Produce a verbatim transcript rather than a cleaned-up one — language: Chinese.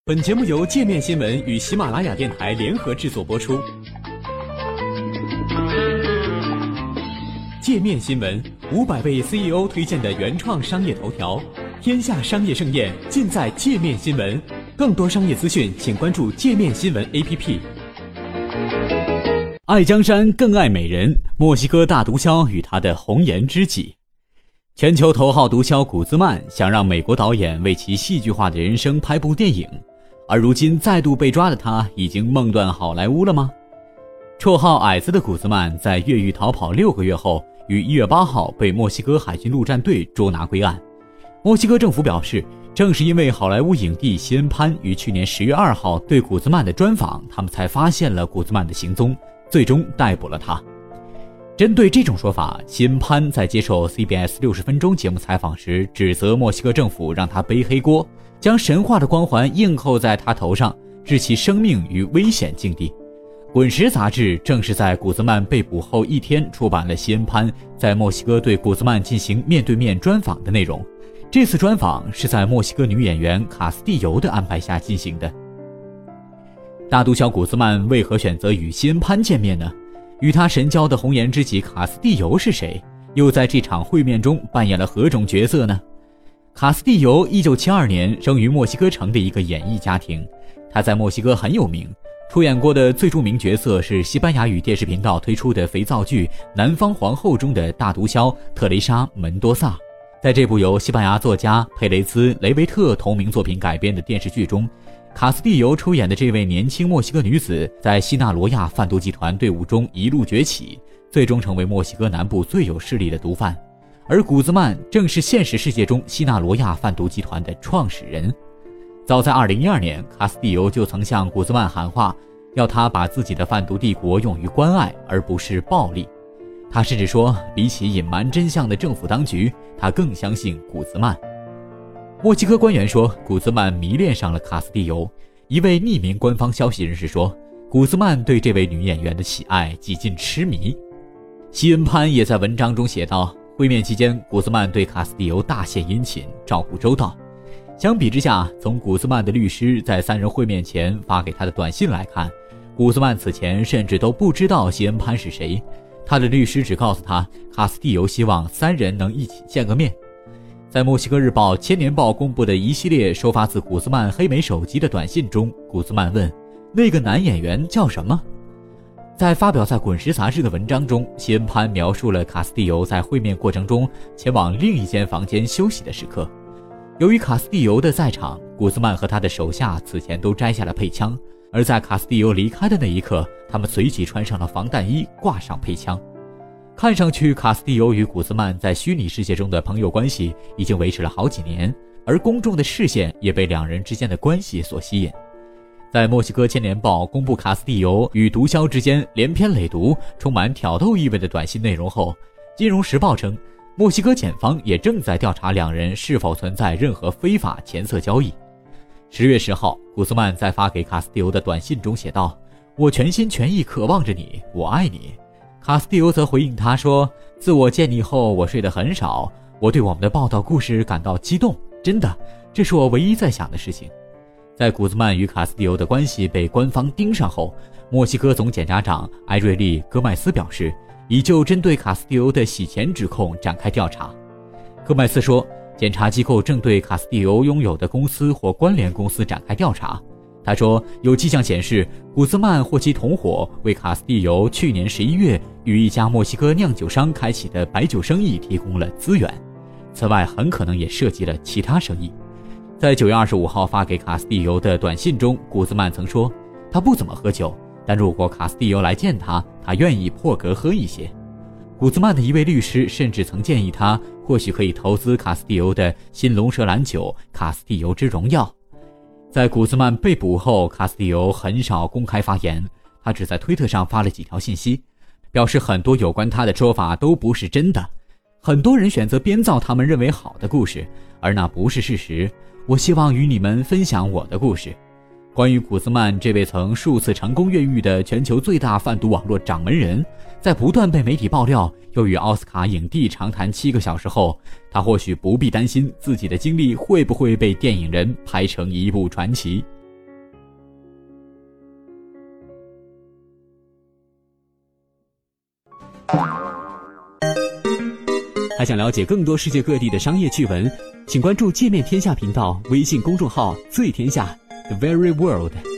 本节目由界面新闻与喜马拉雅电台联合制作播出。界面新闻五百位 C E O 推荐的原创商业头条，天下商业盛宴尽在界面新闻。更多商业资讯，请关注界面新闻 A P P。爱江山更爱美人，墨西哥大毒枭与他的红颜知己。全球头号毒枭古兹曼想让美国导演为其戏剧化的人生拍部电影，而如今再度被抓的他，已经梦断好莱坞了吗？绰号矮子的古兹曼在越狱逃跑六个月后，于一月八号被墨西哥海军陆战队捉拿归案。墨西哥政府表示，正是因为好莱坞影帝西恩潘于去年十月二号对古兹曼的专访，他们才发现了古兹曼的行踪，最终逮捕了他。针对这种说法，西恩潘在接受 C B S 六十分钟节目采访时，指责墨西哥政府让他背黑锅，将神话的光环硬扣在他头上，置其生命于危险境地。滚石杂志正是在古兹曼被捕后一天出版了西恩潘在墨西哥对古兹曼进行面对面专访的内容。这次专访是在墨西哥女演员卡斯蒂尤的安排下进行的。大毒枭古兹曼为何选择与西恩潘见面呢？与他神交的红颜知己卡斯蒂尤是谁？又在这场会面中扮演了何种角色呢？卡斯蒂尤一九七二年生于墨西哥城的一个演艺家庭，他在墨西哥很有名，出演过的最著名角色是西班牙语电视频道推出的肥皂剧《南方皇后》中的大毒枭特蕾莎·门多萨。在这部由西班牙作家佩雷兹·雷维特同名作品改编的电视剧中，卡斯蒂尤出演的这位年轻墨西哥女子在西纳罗亚贩毒集团队伍中一路崛起，最终成为墨西哥南部最有势力的毒贩。而古兹曼正是现实世界中西纳罗亚贩毒集团的创始人。早在二零一二年，卡斯蒂尤就曾向古兹曼喊话，要他把自己的贩毒帝国用于关爱而不是暴力。他甚至说，比起隐瞒真相的政府当局，他更相信古兹曼。墨西哥官员说，古兹曼迷恋上了卡斯蒂尤。一位匿名官方消息人士说，古兹曼对这位女演员的喜爱几近痴迷。西恩潘也在文章中写道，会面期间，古兹曼对卡斯蒂尤大献殷勤，照顾周到。相比之下，从古兹曼的律师在三人会面前发给他的短信来看，古兹曼此前甚至都不知道西恩潘是谁。他的律师只告诉他，卡斯蒂尤希望三人能一起见个面。在墨西哥日报《千年报》公布的一系列收发自古兹曼黑莓手机的短信中，古兹曼问，那个男演员叫什么？在发表在滚石杂志的文章中，西恩潘描述了卡斯蒂尤在会面过程中前往另一间房间休息的时刻。由于卡斯蒂尤的在场，古兹曼和他的手下此前都摘下了配枪，而在卡斯蒂尤离开的那一刻，他们随即穿上了防弹衣，挂上配枪。看上去，卡斯蒂尤与古兹曼在虚拟世界中的朋友关系已经维持了好几年，而公众的视线也被两人之间的关系所吸引。在墨西哥千年报公布卡斯蒂尤与毒枭之间连篇累牍、充满挑逗意味的短信内容后，金融时报称，墨西哥检方也正在调查两人是否存在任何非法钱色交易。十月十号，古兹曼在发给卡斯蒂尤的短信中写道，我全心全意渴望着你，我爱你。卡斯蒂尤则回应他说，自我见你后我睡得很少，我对我们的报道故事感到激动，真的，这是我唯一在想的事情。在古兹曼与卡斯蒂尤的关系被官方盯上后，墨西哥总检察长埃瑞利·戈麦斯表示，已就针对卡斯蒂尤的洗钱指控展开调查。戈麦斯说，检察机构正对卡斯蒂尤拥有的公司或关联公司展开调查。他说，有迹象显示，古兹曼或其同伙为卡斯蒂尤去年十一月与一家墨西哥酿酒商开启的白酒生意提供了资源，此外很可能也涉及了其他生意。在九月二十五号发给卡斯蒂尤的短信中，古兹曼曾说，他不怎么喝酒，但如果卡斯蒂尤来见他，他愿意破格喝一些。古兹曼的一位律师甚至曾建议他，或许可以投资卡斯蒂尤的新龙舌兰酒卡斯蒂尤之荣耀。在古兹曼被捕后，卡斯蒂尤很少公开发言，他只在推特上发了几条信息，表示很多有关他的说法都不是真的。很多人选择编造他们认为好的故事，而那不是事实。我希望与你们分享我的故事。关于古兹曼这位曾数次成功越狱的全球最大贩毒网络掌门人，在不断被媒体爆料又与奥斯卡影帝长谈七个小时后，他或许不必担心自己的经历会不会被电影人拍成一部传奇。 还想了解更多世界各地的商业趣闻，请关注界面天下频道微信公众号“最天下 The Very World”。